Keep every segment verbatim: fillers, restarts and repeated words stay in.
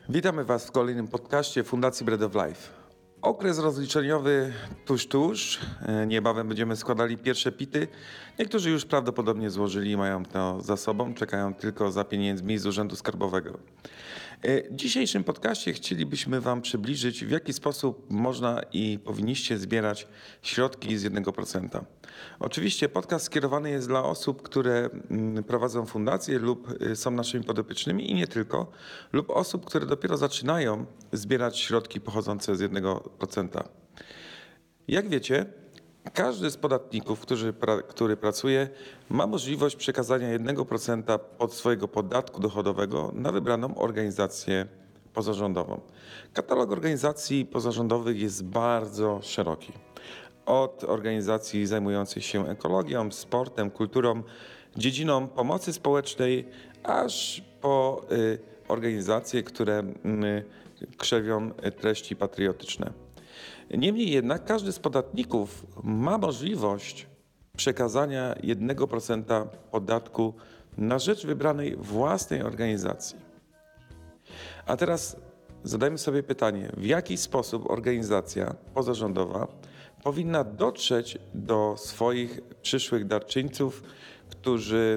Witamy Was w kolejnym podcaście Fundacji Bread of Life. Okres rozliczeniowy tuż, tuż. Niebawem będziemy składali pierwsze pity. Niektórzy już prawdopodobnie złożyli i mają to za sobą. Czekają tylko za pieniędzmi z Urzędu Skarbowego. W dzisiejszym podcaście chcielibyśmy Wam przybliżyć, w jaki sposób można i powinniście zbierać środki z jednego procenta. Oczywiście podcast skierowany jest dla osób, które prowadzą fundacje lub są naszymi podopiecznymi i nie tylko, lub osób, które dopiero zaczynają zbierać środki pochodzące z jednego procenta. Jak wiecie, każdy z podatników, który, który pracuje, ma możliwość przekazania jednego procenta od swojego podatku dochodowego na wybraną organizację pozarządową. Katalog organizacji pozarządowych jest bardzo szeroki. Od organizacji zajmujących się ekologią, sportem, kulturą, dziedziną pomocy społecznej, aż po y, organizacje, które y, krzewią treści patriotyczne. Niemniej jednak każdy z podatników ma możliwość przekazania jednego procenta podatku na rzecz wybranej własnej organizacji. A teraz zadajmy sobie pytanie, w jaki sposób organizacja pozarządowa powinna dotrzeć do swoich przyszłych darczyńców, którzy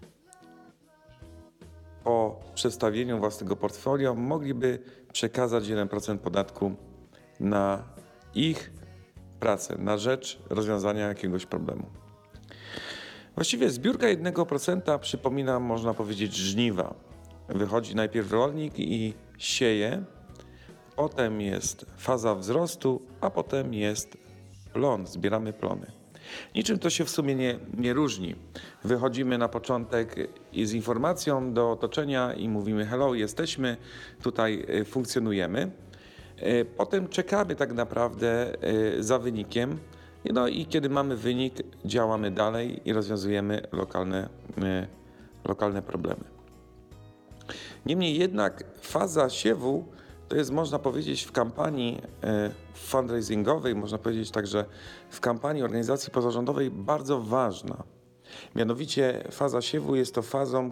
po przedstawieniu własnego portfolio mogliby przekazać jeden procent podatku na ich pracę, na rzecz rozwiązania jakiegoś problemu. Właściwie zbiórka jednego procenta przypomina, można powiedzieć, żniwa. Wychodzi najpierw rolnik i sieje, potem jest faza wzrostu, a potem jest plon, zbieramy plony. Niczym to się w sumie nie, nie różni. Wychodzimy na początek z informacją do otoczenia i mówimy hello, jesteśmy, tutaj funkcjonujemy. Potem czekamy tak naprawdę za wynikiem, no i kiedy mamy wynik, działamy dalej i rozwiązujemy lokalne, lokalne problemy. Niemniej jednak faza siewu to jest, można powiedzieć, w kampanii fundraisingowej, można powiedzieć także w kampanii organizacji pozarządowej bardzo ważna. Mianowicie faza siewu jest to fazą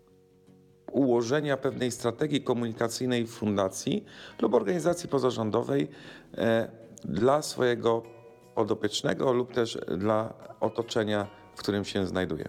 ułożenia pewnej strategii komunikacyjnej w fundacji lub organizacji pozarządowej dla swojego podopiecznego lub też dla otoczenia, w którym się znajduje.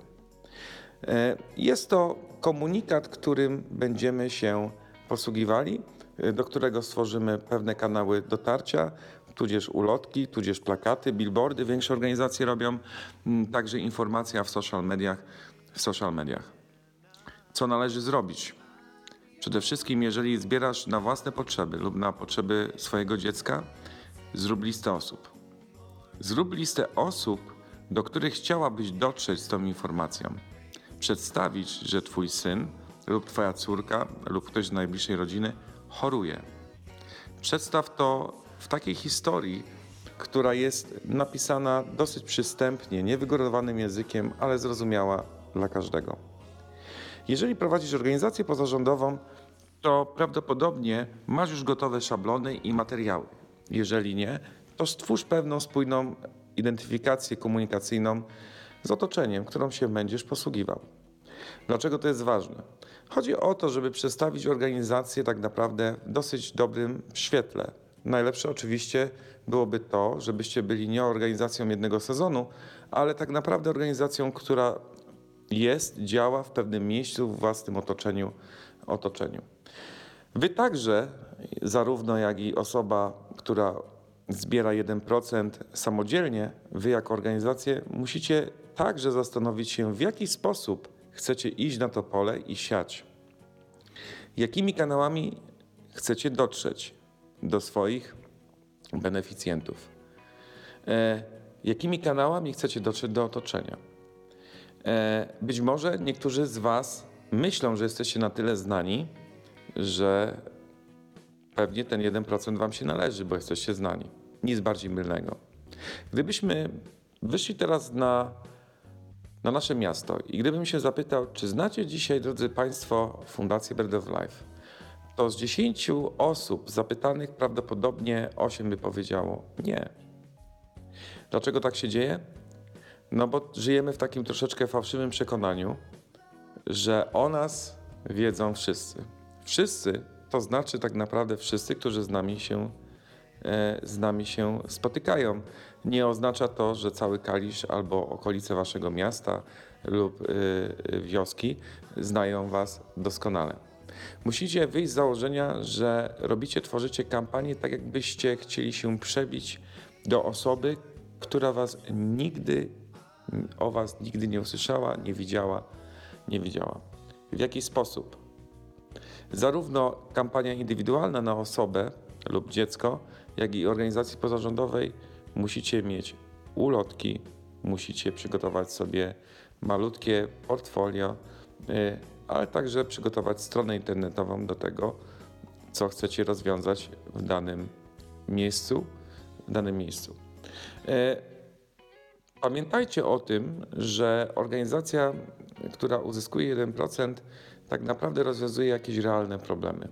Jest to komunikat, którym będziemy się posługiwali, do którego stworzymy pewne kanały dotarcia, tudzież ulotki, tudzież plakaty, billboardy. Większe organizacje robią także informacja w social mediach, w social mediach. Co należy zrobić? Przede wszystkim, jeżeli zbierasz na własne potrzeby lub na potrzeby swojego dziecka, zrób listę osób. Zrób listę osób, do których chciałabyś dotrzeć z tą informacją. Przedstawić, że twój syn lub twoja córka lub ktoś z najbliższej rodziny choruje. Przedstaw to w takiej historii, która jest napisana dosyć przystępnie, niewygórowanym językiem, ale zrozumiała dla każdego. Jeżeli prowadzisz organizację pozarządową, to prawdopodobnie masz już gotowe szablony i materiały. Jeżeli nie, to stwórz pewną spójną identyfikację komunikacyjną z otoczeniem, którą się będziesz posługiwał. Dlaczego to jest ważne? Chodzi o to, żeby przedstawić organizację tak naprawdę w dosyć dobrym świetle. Najlepsze oczywiście byłoby to, żebyście byli nie organizacją jednego sezonu, ale tak naprawdę organizacją, która jest, działa w pewnym miejscu, w własnym otoczeniu. otoczeniu. Wy także, zarówno jak i osoba, która zbiera jeden procent samodzielnie, wy jako organizacje musicie także zastanowić się, w jaki sposób chcecie iść na to pole i siać. Jakimi kanałami chcecie dotrzeć do swoich beneficjentów? E, jakimi kanałami chcecie dotrzeć do otoczenia? E, być może niektórzy z was myślą, że jesteście na tyle znani, że pewnie ten jeden procent wam się należy, bo jesteście znani. Nic bardziej mylnego. Gdybyśmy wyszli teraz na, na nasze miasto i gdybym się zapytał, czy znacie dzisiaj, drodzy Państwo, Fundację Bread of Life, to z dziesięciu osób zapytanych prawdopodobnie osiem by powiedziało nie. Dlaczego tak się dzieje? No bo żyjemy w takim troszeczkę fałszywym przekonaniu, że o nas wiedzą wszyscy. Wszyscy to znaczy tak naprawdę wszyscy, którzy z nami się, e, z nami się spotykają. Nie oznacza to, że cały Kalisz albo okolice waszego miasta lub y, wioski znają was doskonale. Musicie wyjść z założenia, że robicie, tworzycie kampanię tak, jakbyście chcieli się przebić do osoby, która was nigdy, o was nigdy nie usłyszała, nie widziała, nie widziała. W jaki sposób? Zarówno kampania indywidualna na osobę lub dziecko, jak i organizacji pozarządowej musicie mieć ulotki, musicie przygotować sobie malutkie portfolio, y, ale także przygotować stronę internetową do tego, co chcecie rozwiązać w danym miejscu. W danym miejscu. Y, Pamiętajcie o tym, że organizacja, która uzyskuje jeden procent, tak naprawdę rozwiązuje jakieś realne problemy.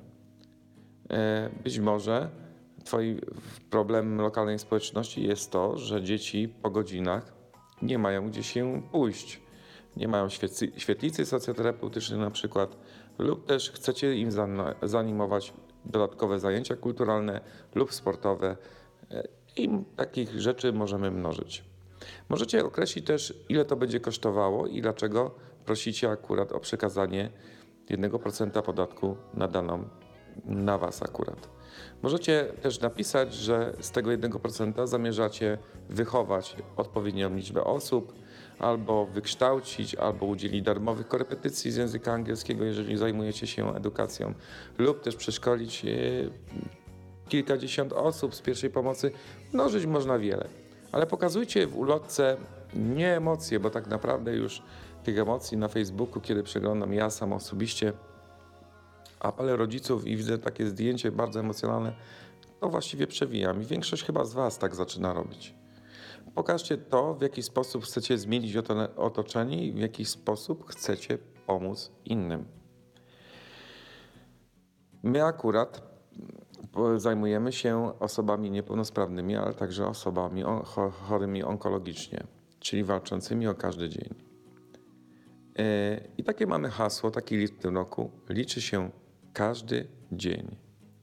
Być może Twoim problemem lokalnej społeczności jest to, że dzieci po godzinach nie mają gdzie się pójść. Nie mają świetlicy, świetlicy socjoterapeutycznej na przykład, lub też chcecie im zanimować dodatkowe zajęcia kulturalne lub sportowe i takich rzeczy możemy mnożyć. Możecie określić też, ile to będzie kosztowało i dlaczego prosicie akurat o przekazanie jednego procenta podatku na daną, na Was akurat. Możecie też napisać, że z tego jednego procenta zamierzacie wychować odpowiednią liczbę osób, albo wykształcić, albo udzielić darmowych korepetycji z języka angielskiego, jeżeli zajmujecie się edukacją, lub też przeszkolić kilkadziesiąt osób z pierwszej pomocy. Mnożyć można wiele. Ale pokazujcie w ulotce nie emocje, bo tak naprawdę już tych emocji na Facebooku, kiedy przeglądam ja sam osobiście apele rodziców i widzę takie zdjęcie bardzo emocjonalne, to właściwie przewijam i większość chyba z Was tak zaczyna robić. Pokażcie to, w jaki sposób chcecie zmienić otoczenie i w jaki sposób chcecie pomóc innym. My akurat zajmujemy się osobami niepełnosprawnymi, ale także osobami chorymi onkologicznie, czyli walczącymi o każdy dzień. I takie mamy hasło, taki list w tym roku: liczy się każdy dzień.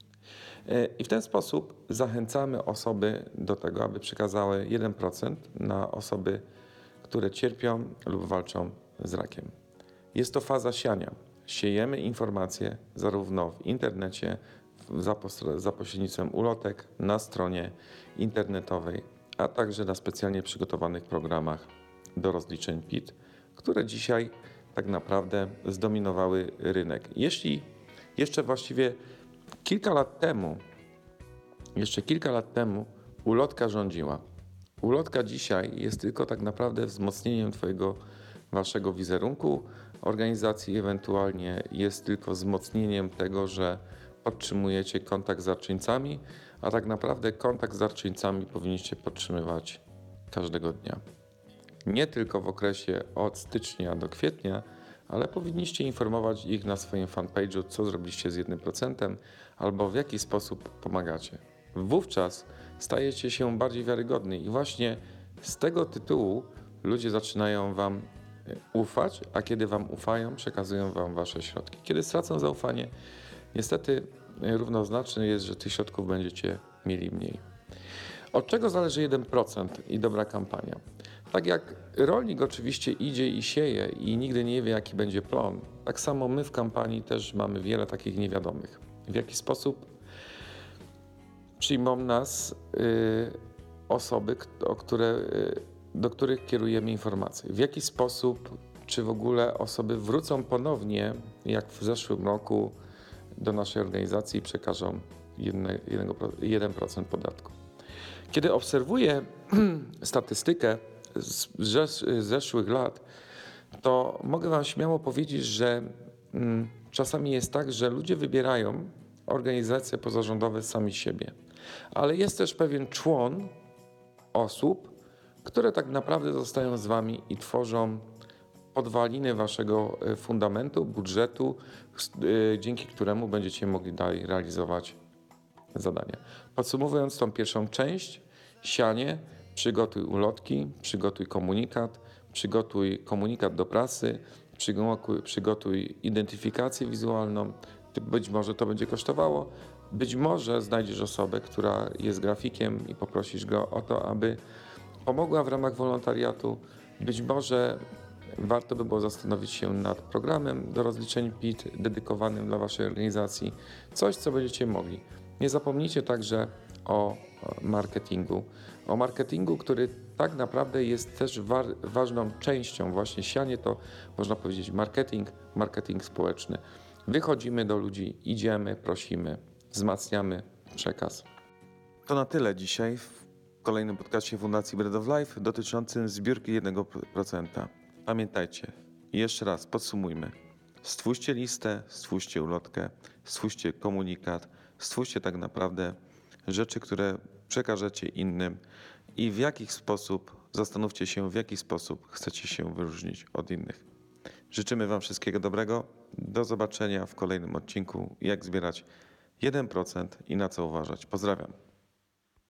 I w ten sposób zachęcamy osoby do tego, aby przekazały jeden procent na osoby, które cierpią lub walczą z rakiem. Jest to faza siania. Siejemy informacje zarówno w internecie, za, za pośrednictwem ulotek, na stronie internetowej, a także na specjalnie przygotowanych programach do rozliczeń P I T, które dzisiaj tak naprawdę zdominowały rynek. Jeśli jeszcze właściwie kilka lat temu, jeszcze kilka lat temu ulotka rządziła. Ulotka dzisiaj jest tylko tak naprawdę wzmocnieniem Twojego, Waszego wizerunku organizacji, ewentualnie jest tylko wzmocnieniem tego, że podtrzymujecie kontakt z darczyńcami, a tak naprawdę kontakt z darczyńcami powinniście podtrzymywać każdego dnia. Nie tylko w okresie od stycznia do kwietnia, ale powinniście informować ich na swoim fanpage'u, co zrobiliście z jednym procentem albo w jaki sposób pomagacie. Wówczas stajecie się bardziej wiarygodni i właśnie z tego tytułu ludzie zaczynają Wam ufać, a kiedy Wam ufają, przekazują Wam Wasze środki. Kiedy stracą zaufanie, niestety równoznaczne jest, że tych środków będziecie mieli mniej. Od czego zależy jeden procent i dobra kampania? Tak jak rolnik oczywiście idzie i sieje i nigdy nie wie, jaki będzie plon, tak samo my w kampanii też mamy wiele takich niewiadomych. W jaki sposób przyjmą nas y, osoby, o które, y, do których kierujemy informacje? W jaki sposób, czy w ogóle osoby wrócą ponownie, jak w zeszłym roku, do naszej organizacji i przekażą jeden procent podatku? Kiedy obserwuję statystykę z zeszłych lat, to mogę Wam śmiało powiedzieć, że mm, czasami jest tak, że ludzie wybierają organizacje pozarządowe sami siebie, ale jest też pewien człon osób, które tak naprawdę zostają z Wami i tworzą podwaliny Waszego fundamentu, budżetu, dzięki któremu będziecie mogli dalej realizować zadania. Podsumowując tą pierwszą część, sianie, przygotuj ulotki, przygotuj komunikat, przygotuj komunikat do prasy, przygotuj, przygotuj identyfikację wizualną, Być może to będzie kosztowało, być może znajdziesz osobę, która jest grafikiem i poprosisz go o to, aby pomogła w ramach wolontariatu. Być może warto by było zastanowić się nad programem do rozliczeń P I T dedykowanym dla Waszej organizacji. Coś, co będziecie mogli. Nie zapomnijcie także o marketingu. O marketingu, który tak naprawdę jest też wa- ważną częścią. Właśnie sianie to, można powiedzieć, marketing, marketing społeczny. Wychodzimy do ludzi, idziemy, prosimy, wzmacniamy przekaz. To na tyle dzisiaj w kolejnym podcaście Fundacji Bread of Life dotyczącym zbiórki jednego procent. Pamiętajcie, jeszcze raz podsumujmy. Stwórzcie listę, stwórzcie ulotkę, stwórzcie komunikat, stwórzcie tak naprawdę rzeczy, które przekażecie innym i w jaki sposób, zastanówcie się, w jaki sposób chcecie się wyróżnić od innych. Życzymy Wam wszystkiego dobrego. Do zobaczenia w kolejnym odcinku. Jak zbierać jeden procent i na co uważać. Pozdrawiam.